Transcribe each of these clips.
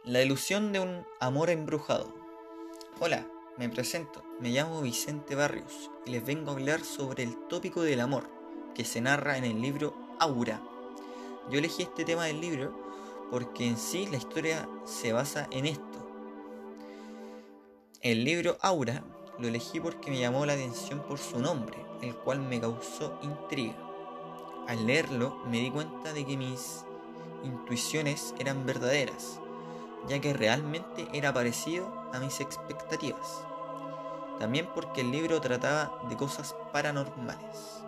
La ilusión de un amor embrujado. Hola, me presento, me llamo Vicente Barrios y les vengo a hablar sobre el tópico del amor que se narra en el libro Aura. Yo elegí este tema del libro porque en sí la historia se basa en esto. El libro Aura lo elegí porque me llamó la atención por su nombre, el cual me causó intriga. Al leerlo me di cuenta de que mis intuiciones eran verdaderas, ya que realmente era parecido a mis expectativas. También porque el libro trataba de cosas paranormales.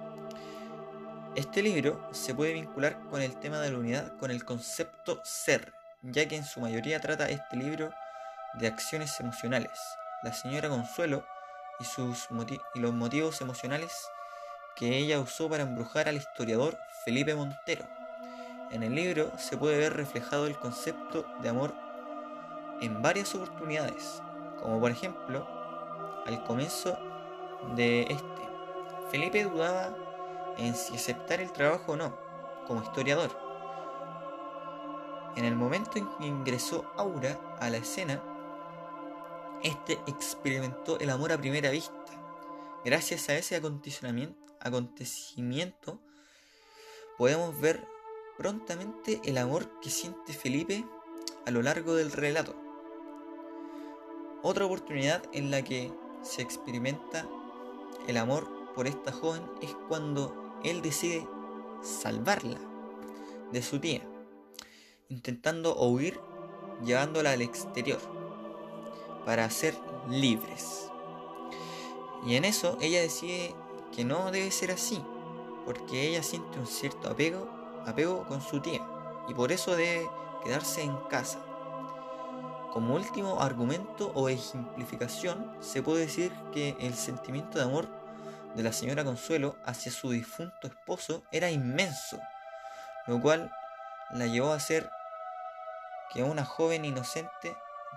Este libro se puede vincular con el tema de la unidad con el concepto ser, ya que en su mayoría trata este libro de acciones emocionales. La señora Consuelo y los motivos emocionales que ella usó para embrujar al historiador Felipe Montero. En el libro se puede ver reflejado el concepto de amor en varias oportunidades, como por ejemplo al comienzo de este. Felipe dudaba en si aceptar el trabajo o no, como historiador. En el momento en que ingresó Aura a la escena, este experimentó el amor a primera vista. Gracias a ese acontecimiento podemos ver prontamente el amor que siente Felipe a lo largo del relato. Otra oportunidad en la que se experimenta el amor por esta joven es cuando él decide salvarla de su tía, intentando huir llevándola al exterior para ser libres. Y en eso ella decide que no debe ser así, porque ella siente un cierto apego con su tía y por eso debe quedarse en casa. Como último argumento o ejemplificación, se puede decir que el sentimiento de amor de la señora Consuelo hacia su difunto esposo era inmenso, lo cual la llevó a hacer que un joven inocente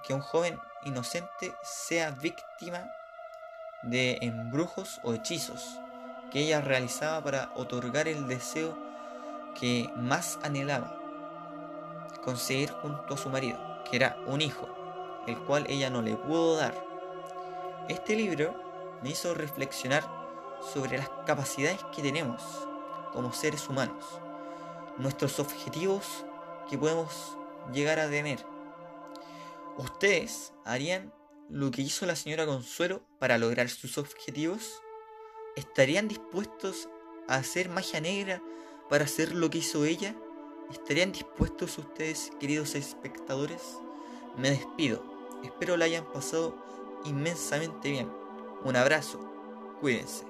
sea víctima de embrujos o hechizos que ella realizaba para otorgar el deseo que más anhelaba conseguir junto a su marido, que era un hijo, el cual ella no le pudo dar. Este libro me hizo reflexionar sobre las capacidades que tenemos como seres humanos, nuestros objetivos que podemos llegar a tener. ¿Ustedes harían lo que hizo la señora Consuelo para lograr sus objetivos? ¿Estarían dispuestos a hacer magia negra para hacer lo que hizo ella? ¿Estarían dispuestos ustedes, queridos espectadores? Me despido. Espero la hayan pasado inmensamente bien. Un abrazo. Cuídense.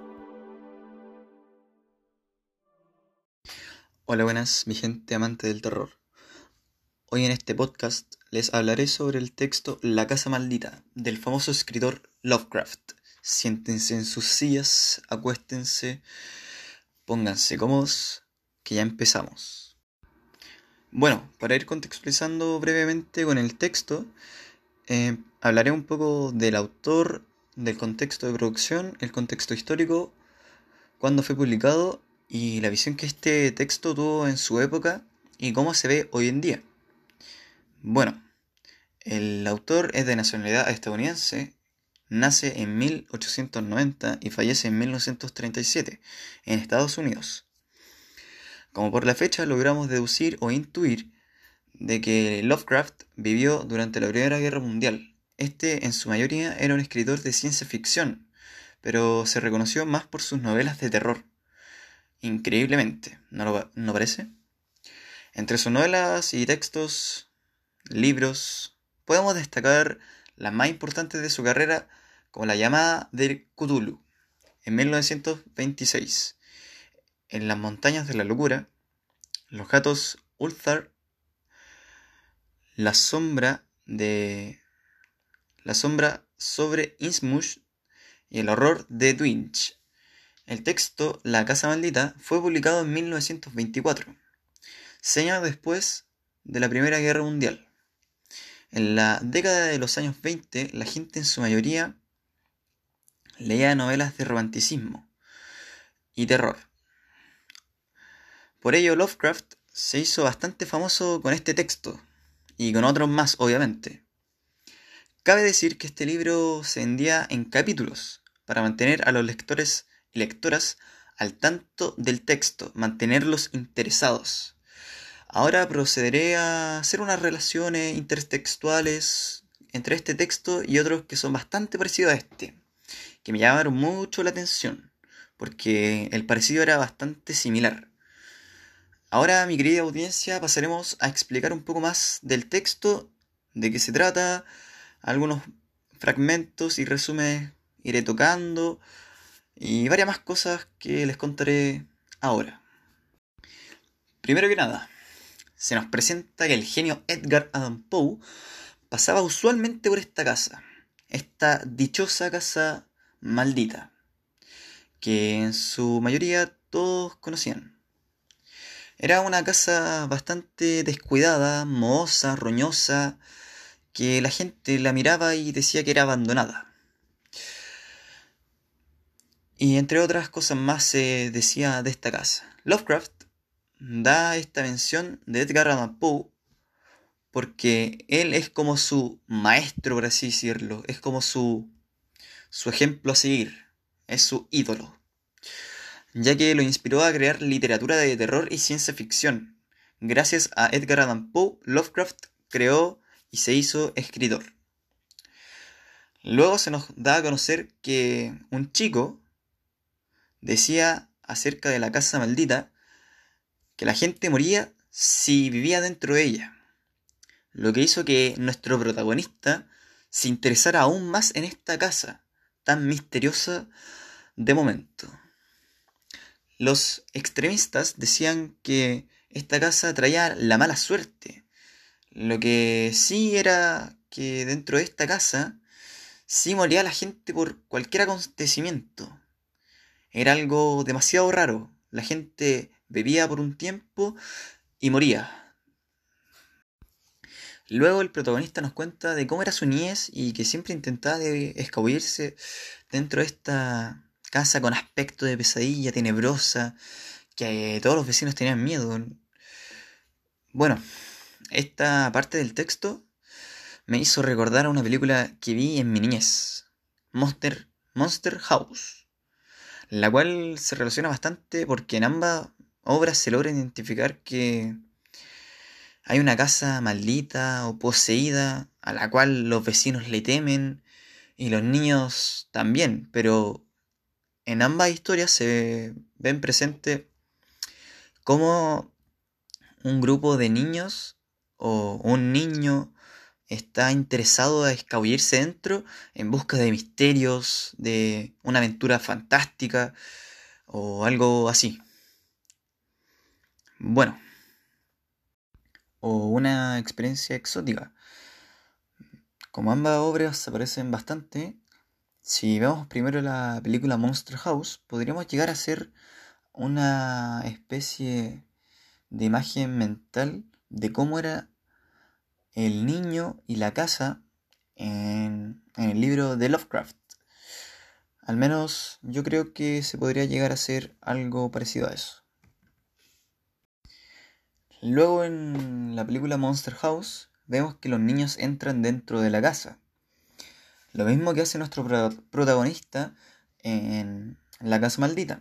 Hola, buenas, mi gente amante del terror. Hoy en este podcast les hablaré sobre el texto La Casa Maldita del famoso escritor Lovecraft. Siéntense en sus sillas, acuéstense, pónganse cómodos, que ya empezamos. Bueno, para ir contextualizando brevemente con el texto, hablaré un poco del autor, del contexto de producción, el contexto histórico, cuándo fue publicado y la visión que este texto tuvo en su época y cómo se ve hoy en día. Bueno, el autor es de nacionalidad estadounidense, nace en 1890 y fallece en 1937 en Estados Unidos. Como por la fecha logramos deducir o intuir de que Lovecraft vivió durante la Primera Guerra Mundial. Este en su mayoría era un escritor de ciencia ficción, pero se reconoció más por sus novelas de terror. Increíblemente, ¿no parece? Entre sus novelas y textos, libros, podemos destacar las más importantes de su carrera, como La llamada del Cthulhu, en 1926, En las montañas de la locura, Los gatos Ulthar, La sombra sobre Innsmouth y El horror de Dwinch. El texto La Casa Maldita fue publicado en 1924, 6 años después de la Primera Guerra Mundial. En la década de los años 20, la gente en su mayoría leía novelas de romanticismo y terror. Por ello, Lovecraft se hizo bastante famoso con este texto, y con otros más, obviamente. Cabe decir que este libro se vendía en capítulos para mantener a los lectores y lectoras al tanto del texto, mantenerlos interesados. Ahora procederé a hacer unas relaciones intertextuales entre este texto y otros que son bastante parecidos a este, que me llamaron mucho la atención, porque el parecido era bastante similar. Ahora, mi querida audiencia, pasaremos a explicar un poco más del texto, de qué se trata, algunos fragmentos y resúmenes iré tocando y varias más cosas que les contaré ahora. Primero que nada, se nos presenta que el genio Edgar Allan Poe pasaba usualmente por esta casa, esta dichosa casa maldita, que en su mayoría todos conocían. Era una casa bastante descuidada, mohosa, roñosa, que la gente la miraba y decía que era abandonada. Y entre otras cosas más se decía de esta casa. Lovecraft da esta mención de Edgar Allan Poe porque él es como su maestro, por así decirlo, es como su ejemplo a seguir, es su ídolo, ya que lo inspiró a crear literatura de terror y ciencia ficción. Gracias a Edgar Allan Poe, Lovecraft creó y se hizo escritor. Luego se nos da a conocer que un chico decía acerca de la casa maldita que la gente moría si vivía dentro de ella, lo que hizo que nuestro protagonista se interesara aún más en esta casa tan misteriosa de momento. Los extremistas decían que esta casa traía la mala suerte, lo que sí era que dentro de esta casa sí moría la gente por cualquier acontecimiento. Era algo demasiado raro. La gente bebía por un tiempo y moría. Luego el protagonista nos cuenta de cómo era su niñez y que siempre intentaba escabullirse dentro de esta casa con aspecto de pesadilla tenebrosa, que todos los vecinos tenían miedo. Bueno, esta parte del texto me hizo recordar a una película que vi en mi niñez, Monster House, la cual se relaciona bastante porque en ambas obras se logra identificar que hay una casa maldita o poseída a la cual los vecinos le temen y los niños también, pero en ambas historias se ven presente cómo un grupo de niños o un niño está interesado a escabullirse dentro en busca de misterios, de una aventura fantástica o algo así. Bueno, o una experiencia exótica. Como ambas obras se parecen bastante, si vemos primero la película Monster House, podríamos llegar a ser una especie de imagen mental de cómo era el niño y la casa en el libro de Lovecraft. Al menos yo creo que se podría llegar a hacer algo parecido a eso. Luego en la película Monster House vemos que los niños entran dentro de la casa. Lo mismo que hace nuestro protagonista en la casa maldita.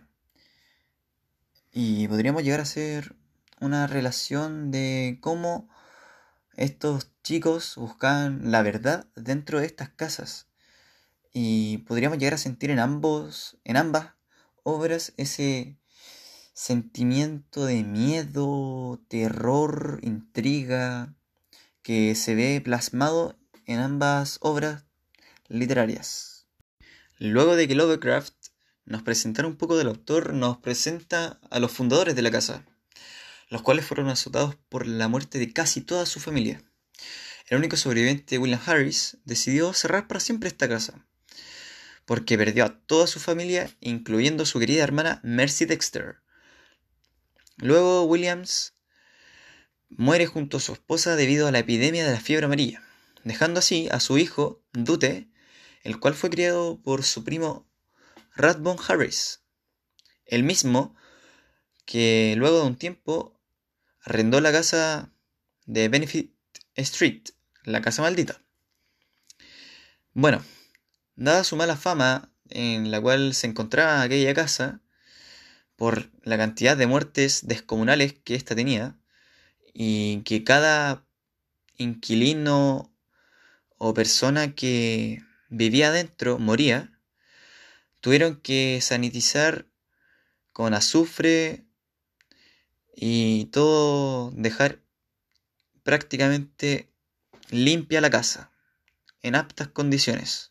Y podríamos llegar a hacer una relación de cómo estos chicos buscaban la verdad dentro de estas casas. Y podríamos llegar a sentir en ambas obras ese sentimiento de miedo, terror, intriga, que se ve plasmado en ambas obras literarias. Luego de que Lovecraft nos presentara un poco del autor, nos presenta a los fundadores de la casa, los cuales fueron azotados por la muerte de casi toda su familia. El único sobreviviente, William Harris, decidió cerrar para siempre esta casa, porque perdió a toda su familia, incluyendo a su querida hermana Mercy Dexter. Luego Williams muere junto a su esposa debido a la epidemia de la fiebre amarilla, dejando así a su hijo, Dute, el cual fue criado por su primo Rathbone Harris, el mismo que luego de un tiempo arrendó la casa de Benefit Street, la casa maldita. Bueno, dada su mala fama en la cual se encontraba aquella casa, por la cantidad de muertes descomunales que ésta tenía, y que cada inquilino o persona que vivía adentro moría, tuvieron que sanitizar con azufre y todo, dejar prácticamente limpia la casa, en aptas condiciones.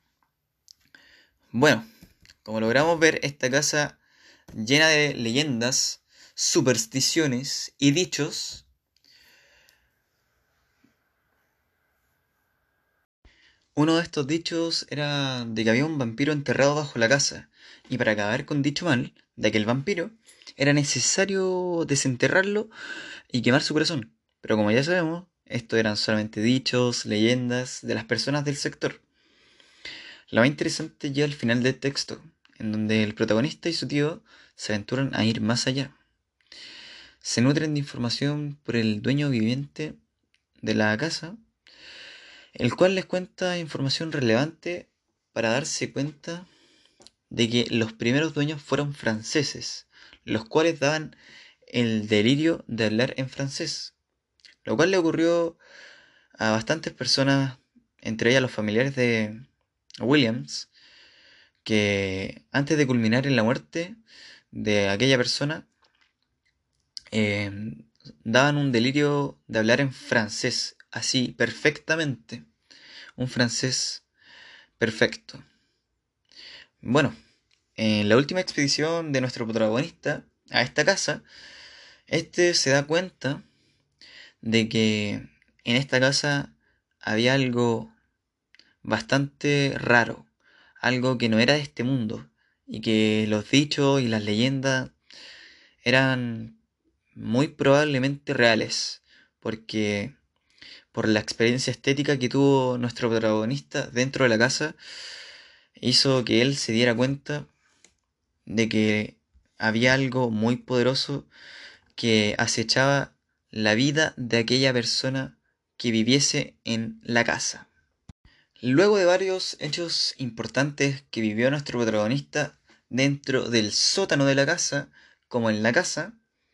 Bueno, como logramos ver, esta casa llena de leyendas, supersticiones y dichos. Uno de estos dichos era de que había un vampiro enterrado bajo la casa, y para acabar con dicho mal de aquel vampiro, era necesario desenterrarlo y quemar su corazón. Pero como ya sabemos, esto eran solamente dichos, leyendas de las personas del sector. Lo más interesante llega al final del texto, en donde el protagonista y su tío se aventuran a ir más allá. Se nutren de información por el dueño viviente de la casa, el cual les cuenta información relevante para darse cuenta de que los primeros dueños fueron franceses, los cuales daban el delirio de hablar en francés, lo cual le ocurrió a bastantes personas, entre ellas los familiares de Williams, que antes de culminar en la muerte de aquella persona, eh, daban un delirio de hablar en francés, así perfectamente, un francés perfecto. Bueno, en la última expedición de nuestro protagonista a esta casa, este se da cuenta de que en esta casa había algo bastante raro, algo que no era de este mundo, y que los dichos y las leyendas eran muy probablemente reales, porque por la experiencia estética que tuvo nuestro protagonista dentro de la casa, hizo que él se diera cuenta de que había algo muy poderoso que acechaba la vida de aquella persona que viviese en la casa. Luego de varios hechos importantes que vivió nuestro protagonista dentro del sótano de la casa, como en la casa,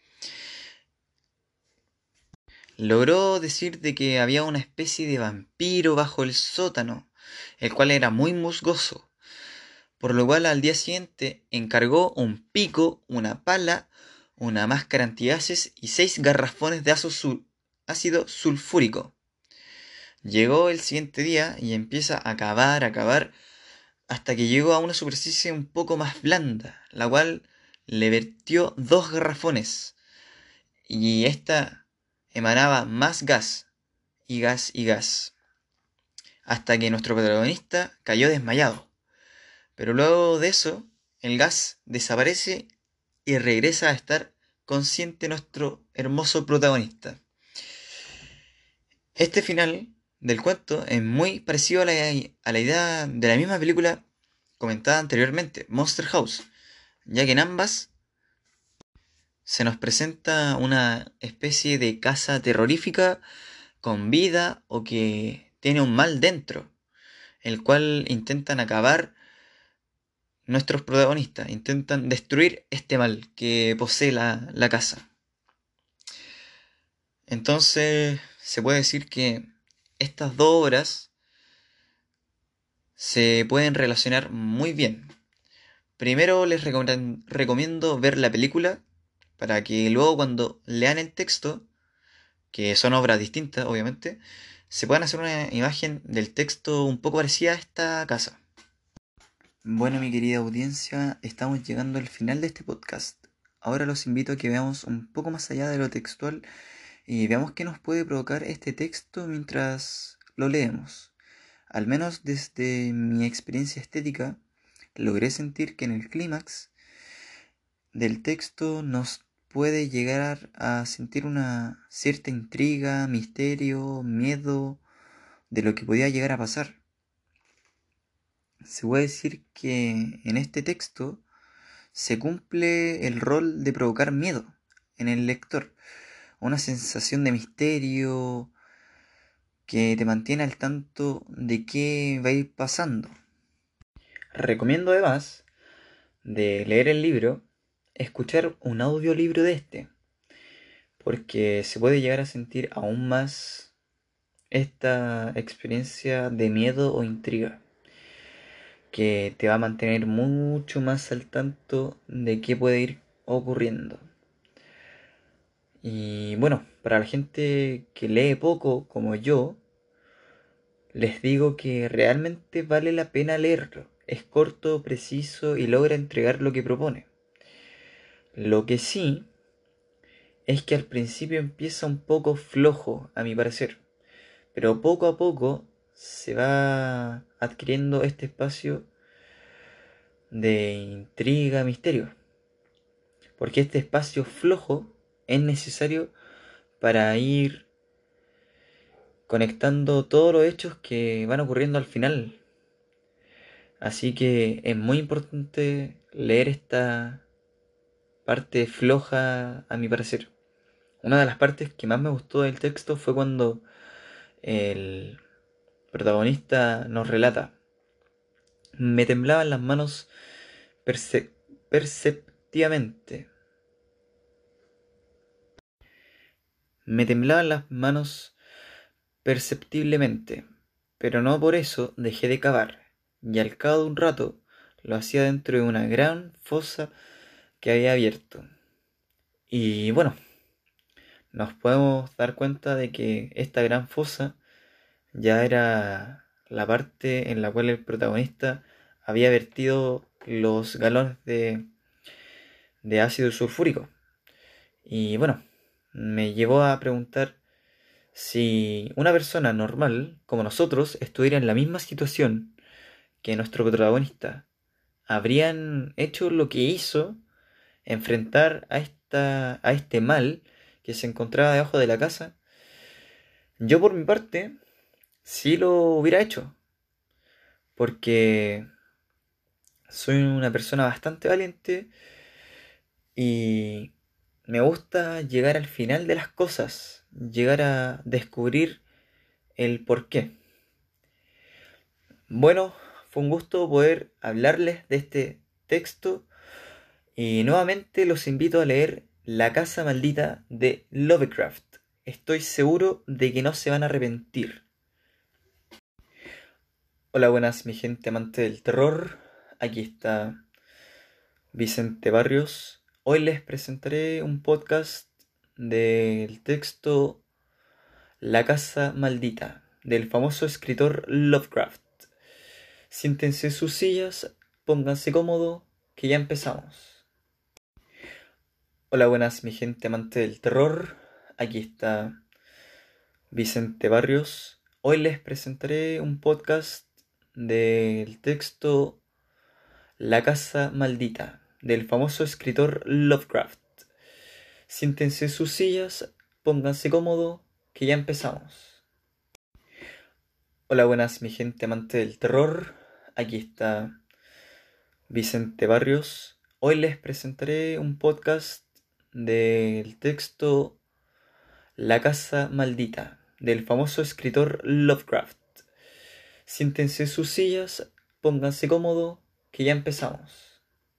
logró decir de que había una especie de vampiro bajo el sótano, el cual era muy musgoso, por lo cual al día siguiente encargó un pico, una pala, una máscara antigases y 6 garrafones de ácido sulfúrico. Llegó el siguiente día y empieza a cavar, hasta que llegó a una superficie un poco más blanda, la cual le vertió 2 garrafones, y esta emanaba más gas, y gas, y gas, hasta que nuestro protagonista cayó desmayado. Pero luego de eso, el gas desaparece y regresa a estar consciente nuestro hermoso protagonista. Este final del cuento es muy parecido a la idea de la misma película comentada anteriormente, Monster House, ya que en ambas se nos presenta una especie de casa terrorífica con vida o que tiene un mal dentro, el cual intentan acabar nuestros protagonistas, intentan destruir este mal que posee la casa. Entonces se puede decir que estas dos obras se pueden relacionar muy bien. Primero les recomiendo ver la película para que luego cuando lean el texto, que son obras distintas obviamente, se puedan hacer una imagen del texto un poco parecida a esta casa. Bueno, mi querida audiencia, estamos llegando al final de este podcast. Ahora los invito a que veamos un poco más allá de lo textual y veamos qué nos puede provocar este texto mientras lo leemos. Al menos desde mi experiencia estética, logré sentir que en el clímax del texto nos puede llegar a sentir una cierta intriga, misterio, miedo de lo que podía llegar a pasar. Se puede decir que en este texto se cumple el rol de provocar miedo en el lector, una sensación de misterio, que te mantiene al tanto de qué va a ir pasando. Recomiendo además de leer el libro, escuchar un audiolibro de este, porque se puede llegar a sentir aún más esta experiencia de miedo o intriga, que te va a mantener mucho más al tanto de qué puede ir ocurriendo. Y bueno, para la gente que lee poco como yo, les digo que realmente vale la pena leerlo. Es corto, preciso y logra entregar lo que propone. Lo que sí es que al principio empieza un poco flojo, a mi parecer, pero poco a poco se va adquiriendo este espacio de intriga, misterio, porque este espacio flojo es necesario para ir conectando todos los hechos que van ocurriendo al final. Así que es muy importante leer esta parte floja, a mi parecer. Una de las partes que más me gustó del texto fue cuando el protagonista nos relata: me temblaban las manos perceptivamente. Me temblaban las manos perceptiblemente, pero no por eso dejé de cavar, y al cabo de un rato lo hacía dentro de una gran fosa que había abierto. Y bueno, nos podemos dar cuenta de que esta gran fosa ya era la parte en la cual el protagonista había vertido los galones de ácido sulfúrico. Y bueno, me llevó a preguntar si una persona normal, como nosotros, estuviera en la misma situación que nuestro protagonista, ¿habrían hecho lo que hizo, enfrentar a este mal que se encontraba debajo de la casa? Yo por mi parte, sí lo hubiera hecho, porque soy una persona bastante valiente y me gusta llegar al final de las cosas, llegar a descubrir el porqué. Bueno, fue un gusto poder hablarles de este texto y nuevamente los invito a leer La Casa Maldita de Lovecraft. Estoy seguro de que no se van a arrepentir. Hola, buenas, mi gente amante del terror. Aquí está Vicente Barrios. Hoy les presentaré un podcast del texto La Casa Maldita del famoso escritor Lovecraft. Siéntense en sus sillas, pónganse cómodo, que ya empezamos. Hola, buenas, mi gente amante del terror. Aquí está Vicente Barrios. Hoy les presentaré un podcast del texto La Casa Maldita del famoso escritor Lovecraft. Siéntense en sus sillas, pónganse cómodo, que ya empezamos. Hola, buenas, mi gente amante del terror. Aquí está Vicente Barrios. Hoy les presentaré un podcast del texto La Casa Maldita del famoso escritor Lovecraft. Siéntense en sus sillas, pónganse cómodo, que ya empezamos.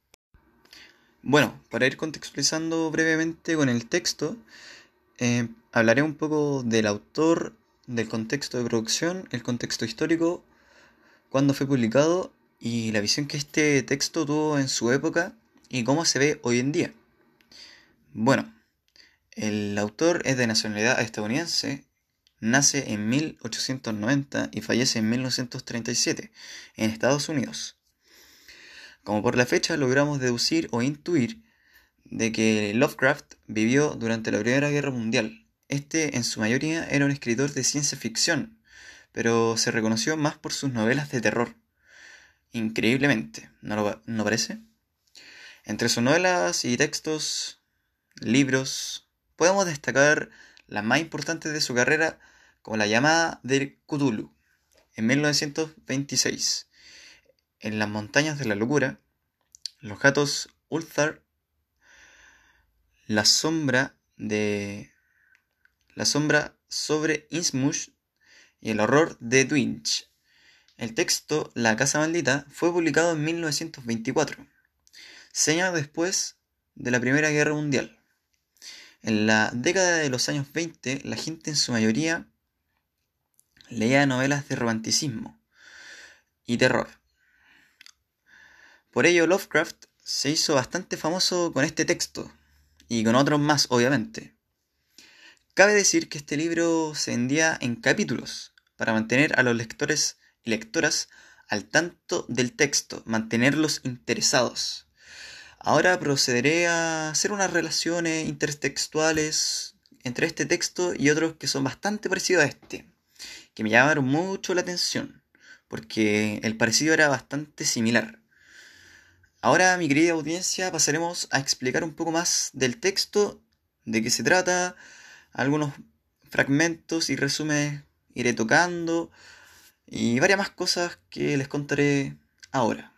Bueno, para ir contextualizando brevemente con el texto, hablaré un poco del autor, del contexto de producción, el contexto histórico, cuándo fue publicado y la visión que este texto tuvo en su época y cómo se ve hoy en día. Bueno, el autor es de nacionalidad estadounidense, nace en 1890 y fallece en 1937 en Estados Unidos. Como por la fecha logramos deducir o intuir de que Lovecraft vivió durante la Primera Guerra Mundial. Este en su mayoría era un escritor de ciencia ficción, pero se reconoció más por sus novelas de terror. Increíblemente, ¿no parece? Entre sus novelas y textos, libros, podemos destacar las más importantes de su carrera, como La llamada del Cthulhu, en 1926, En las montañas de la locura, Los gatos Ulthar, La sombra sobre Innsmouth y el horror de Dunwich. El texto La Casa Maldita fue publicado en 1924, 6 años después de la Primera Guerra Mundial. En la década de los años 20, la gente en su mayoría leía novelas de romanticismo y terror. Por ello, Lovecraft se hizo bastante famoso con este texto, y con otros más, obviamente. Cabe decir que este libro se vendía en capítulos, para mantener a los lectores y lectoras al tanto del texto, mantenerlos interesados. Ahora procederé a hacer unas relaciones intertextuales entre este texto y otros que son bastante parecidos a este, que me llamaron mucho la atención, porque el parecido era bastante similar. Ahora, mi querida audiencia, pasaremos a explicar un poco más del texto, de qué se trata, algunos fragmentos y resúmenes iré tocando y varias más cosas que les contaré ahora.